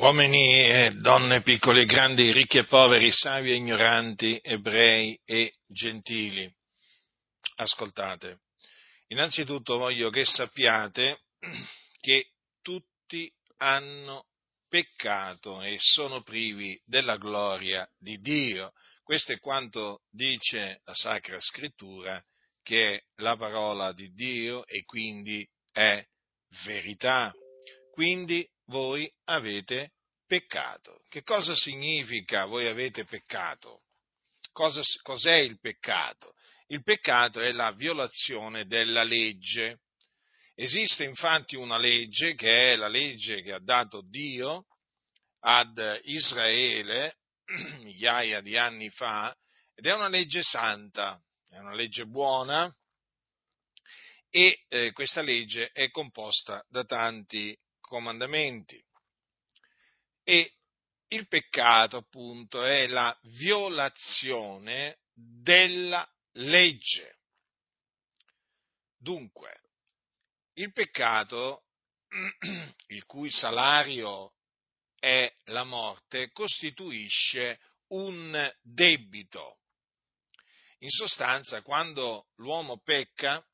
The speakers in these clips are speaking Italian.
Uomini e donne, piccoli e grandi, ricchi e poveri, savi e ignoranti, ebrei e gentili, ascoltate. Innanzitutto voglio che sappiate che tutti hanno peccato e sono privi della gloria di Dio. Questo è quanto dice la Sacra Scrittura, che è la parola di Dio e quindi è verità. Quindi voi avete peccato. Che cosa significa voi avete peccato? Cos'è il peccato? Il peccato è la violazione della legge. Esiste infatti una legge, che è la legge che ha dato Dio ad Israele migliaia di anni fa, ed è una legge santa, è una legge buona, e questa legge è composta da tanti comandamenti. E il peccato, appunto, è la violazione della legge. Dunque, il peccato, il cui salario è la morte, costituisce un debito. In sostanza, quando l'uomo pecca,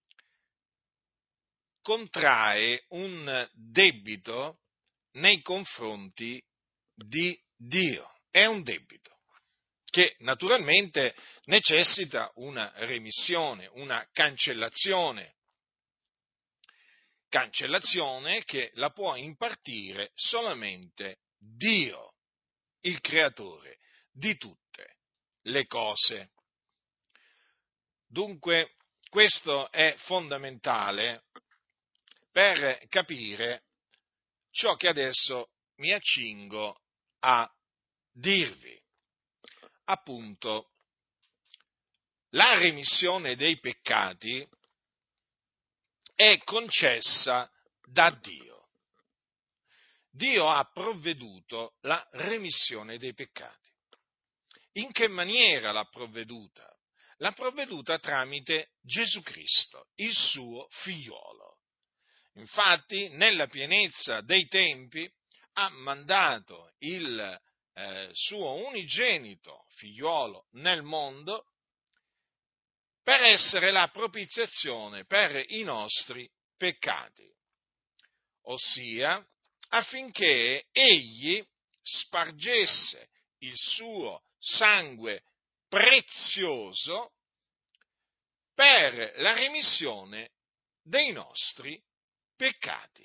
contrae un debito nei confronti di Dio. È un debito che naturalmente necessita una remissione, una cancellazione che la può impartire solamente Dio, il creatore di tutte le cose. Dunque, questo è fondamentale per capire ciò che adesso mi accingo a dirvi. Appunto, la remissione dei peccati è concessa da Dio. Dio ha provveduto la remissione dei peccati. In che maniera l'ha provveduta? L'ha provveduta tramite Gesù Cristo, il suo figliolo. Infatti, nella pienezza dei tempi, ha mandato il suo unigenito figliolo nel mondo per essere la propiziazione per i nostri peccati, ossia affinché egli spargesse il suo sangue prezioso per la remissione dei nostri peccati.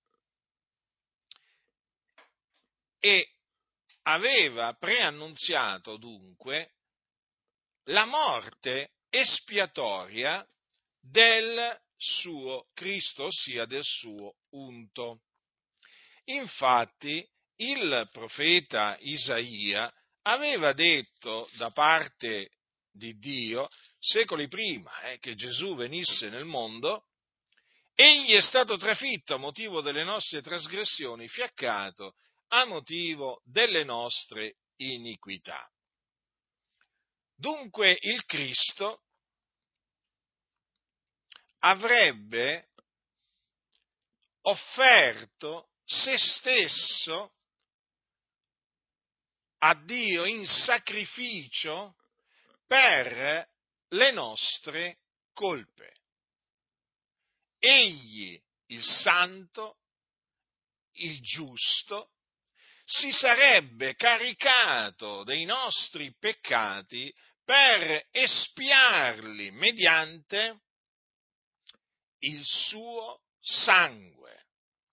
E aveva preannunziato dunque la morte espiatoria del suo Cristo, ossia del suo unto. Infatti, il profeta Isaia aveva detto da parte di Dio, secoli prima che Gesù venisse nel mondo: egli è stato trafitto a motivo delle nostre trasgressioni, fiaccato a motivo delle nostre iniquità. Dunque il Cristo avrebbe offerto se stesso a Dio in sacrificio per le nostre colpe. Egli, il santo, il giusto, si sarebbe caricato dei nostri peccati per espiarli mediante il suo sangue.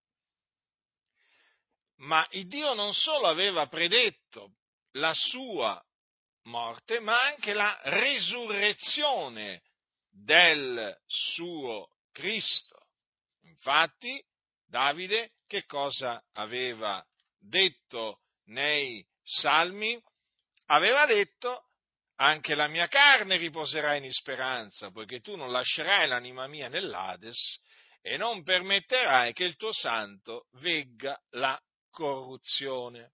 Ma il Dio non solo aveva predetto la sua morte, ma anche la resurrezione del suo Cristo. Infatti, Davide che cosa aveva detto nei Salmi? Aveva detto: anche la mia carne riposerà in speranza, poiché tu non lascerai l'anima mia nell'Ades e non permetterai che il tuo santo vegga la corruzione.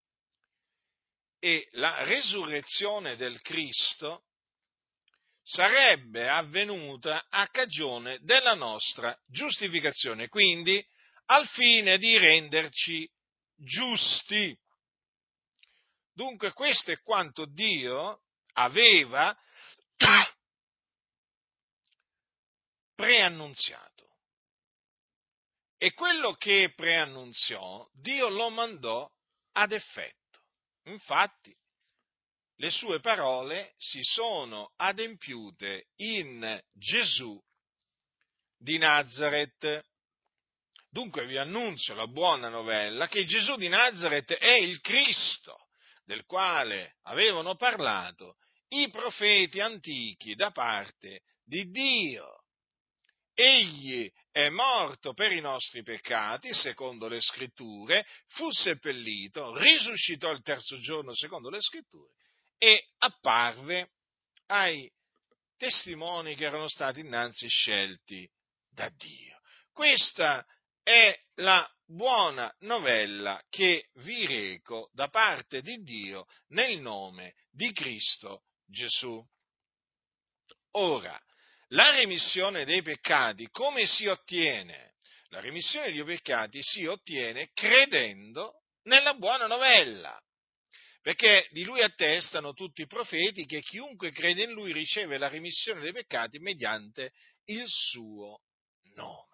E la resurrezione del Cristo sarebbe avvenuta a cagione della nostra giustificazione, quindi al fine di renderci giusti. Dunque questo è quanto Dio aveva preannunziato. E quello che preannunziò, Dio lo mandò ad effetto. Infatti, le sue parole si sono adempiute in Gesù di Nazaret. Dunque vi annunzio la buona novella che Gesù di Nazaret è il Cristo, del quale avevano parlato i profeti antichi da parte di Dio. Egli è morto per i nostri peccati, secondo le scritture, fu seppellito, risuscitò il terzo giorno, secondo le scritture, e apparve ai testimoni che erano stati innanzi scelti da Dio. Questa è la buona novella che vi reco da parte di Dio nel nome di Cristo Gesù. Ora, la remissione dei peccati come si ottiene? La remissione dei peccati si ottiene credendo nella buona novella, perché di lui attestano tutti i profeti che chiunque crede in lui riceve la remissione dei peccati mediante il suo nome.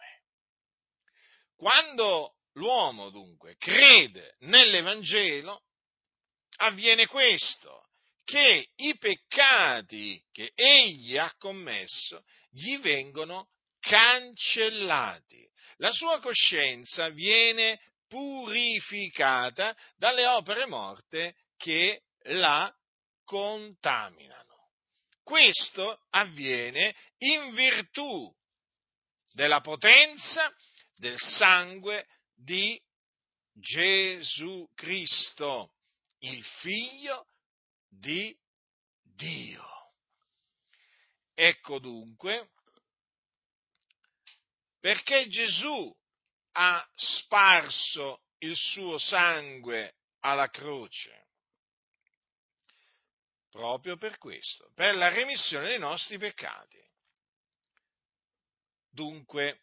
Quando l'uomo dunque crede nell'Evangelo, avviene questo, che i peccati che egli ha commesso gli vengono cancellati. La sua coscienza viene purificata dalle opere morte che la contaminano. Questo avviene in virtù della potenza del sangue di Gesù Cristo, il Figlio di Dio. Ecco dunque perché Gesù ha sparso il suo sangue alla croce. Proprio per questo, per la remissione dei nostri peccati. Dunque,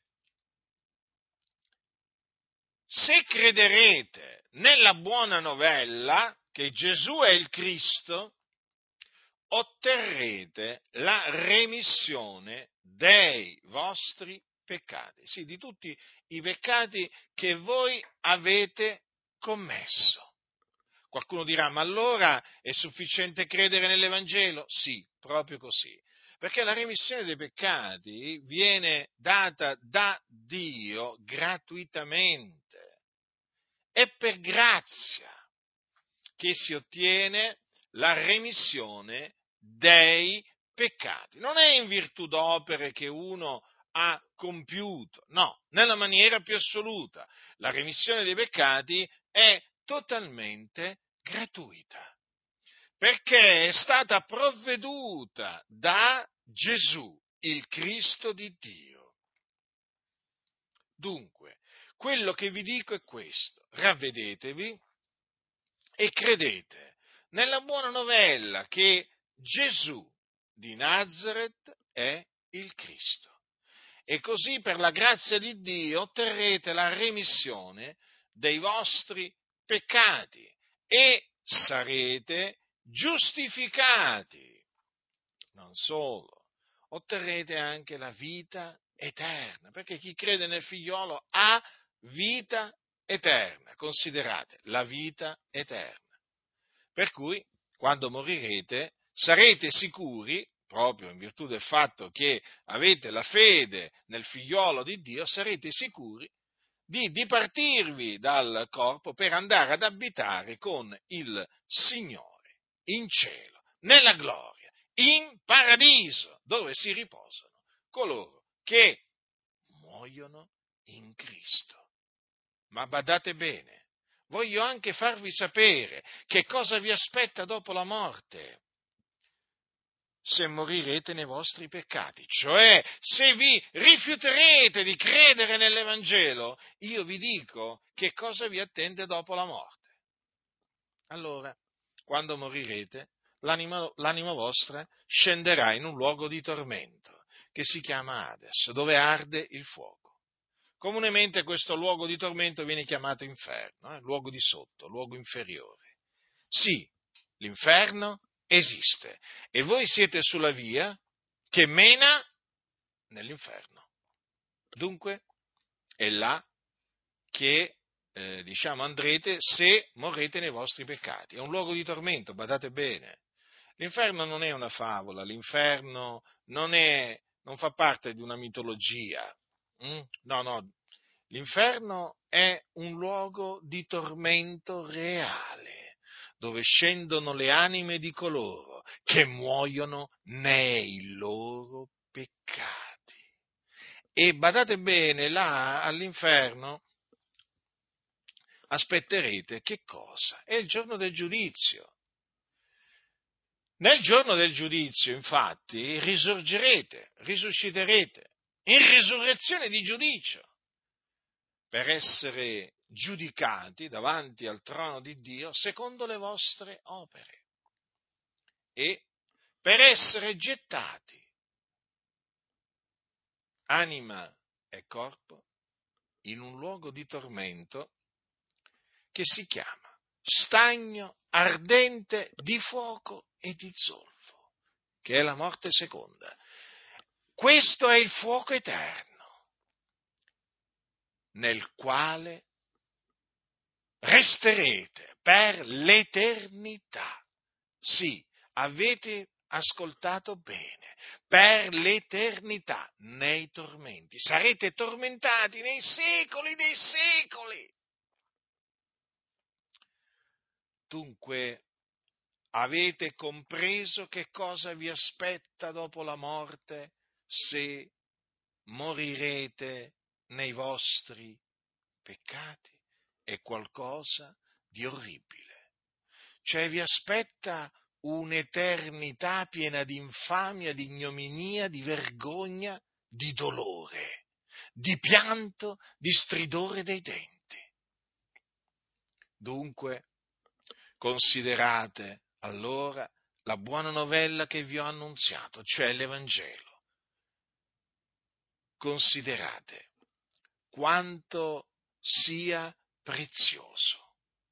se crederete nella buona novella che Gesù è il Cristo, otterrete la remissione dei vostri peccati, sì, di tutti i peccati che voi avete commesso. Qualcuno dirà, ma allora è sufficiente credere nell'Evangelo? Sì, proprio così, perché la remissione dei peccati viene data da Dio gratuitamente. È per grazia che si ottiene la remissione dei peccati. Non è in virtù d'opere che uno ha compiuto, no, nella maniera più assoluta. La remissione dei peccati è totalmente gratuita, perché è stata provveduta da Gesù, il Cristo di Dio. Dunque, quello che vi dico è questo: ravvedetevi e credete nella buona novella che Gesù di Nazaret è il Cristo. E così per la grazia di Dio otterrete la remissione dei vostri peccati e sarete giustificati. Non solo, otterrete anche la vita eterna, perché chi crede nel figliolo ha vita eterna. Considerate la vita eterna. Per cui, quando morirete, sarete sicuri, proprio in virtù del fatto che avete la fede nel figliolo di Dio, sarete sicuri di dipartirvi dal corpo per andare ad abitare con il Signore in cielo, nella gloria, in paradiso, dove si riposano coloro che muoiono in Cristo. Ma badate bene, voglio anche farvi sapere che cosa vi aspetta dopo la morte, se morirete nei vostri peccati, cioè se vi rifiuterete di credere nell'Evangelo, io vi dico che cosa vi attende dopo la morte. Allora, quando morirete, l'anima vostra scenderà in un luogo di tormento, che si chiama Hades, dove arde il fuoco. Comunemente questo luogo di tormento viene chiamato inferno, luogo di sotto, luogo inferiore. Sì, l'inferno esiste e voi siete sulla via che mena nell'inferno. Dunque, è là che andrete se morrete nei vostri peccati. È un luogo di tormento, badate bene. L'inferno non è una favola, l'inferno non fa parte di una mitologia. No, l'inferno è un luogo di tormento reale, dove scendono le anime di coloro che muoiono nei loro peccati. E badate bene, là all'inferno aspetterete che cosa? È il giorno del giudizio. Nel giorno del giudizio, infatti, risusciterete in risurrezione di giudicio per essere giudicati davanti al trono di Dio secondo le vostre opere e per essere gettati, anima e corpo, in un luogo di tormento che si chiama stagno ardente di fuoco e di zolfo, che è la morte seconda. Questo è il fuoco eterno, nel quale resterete per l'eternità. Sì, avete ascoltato bene, per l'eternità, nei tormenti. Sarete tormentati nei secoli dei secoli. Dunque, avete compreso che cosa vi aspetta dopo la morte se morirete nei vostri peccati? È qualcosa di orribile. Cioè vi aspetta un'eternità piena di infamia, di ignominia, di vergogna, di dolore, di pianto, di stridore dei denti. Dunque, considerate allora la buona novella che vi ho annunziato, cioè l'Evangelo. Considerate quanto sia prezioso.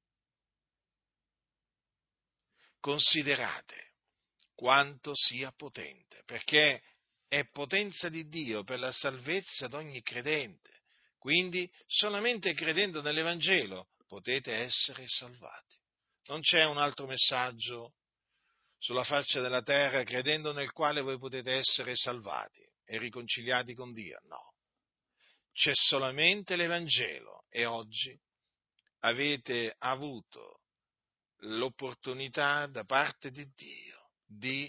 Considerate quanto sia potente, perché è potenza di Dio per la salvezza di ogni credente. Quindi solamente credendo nell'Evangelo potete essere salvati. Non c'è un altro messaggio sulla faccia della terra credendo nel quale voi potete essere salvati e riconciliati con Dio. No, c'è solamente l'Evangelo e oggi avete avuto l'opportunità da parte di Dio di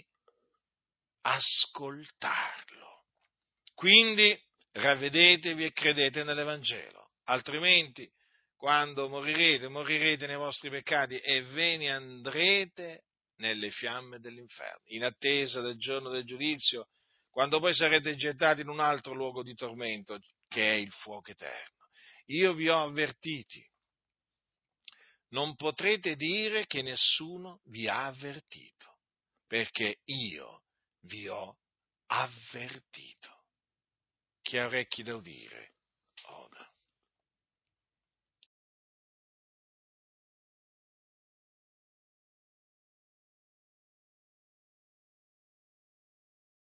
ascoltarlo. Quindi ravvedetevi e credete nell'Evangelo, altrimenti quando morirete nei vostri peccati e ve ne andrete nelle fiamme dell'inferno, in attesa del giorno del giudizio, quando poi sarete gettati in un altro luogo di tormento, che è il fuoco eterno. Io vi ho avvertiti. Non potrete dire che nessuno vi ha avvertito, perché io vi ho avvertito. Chi ha orecchi da udire,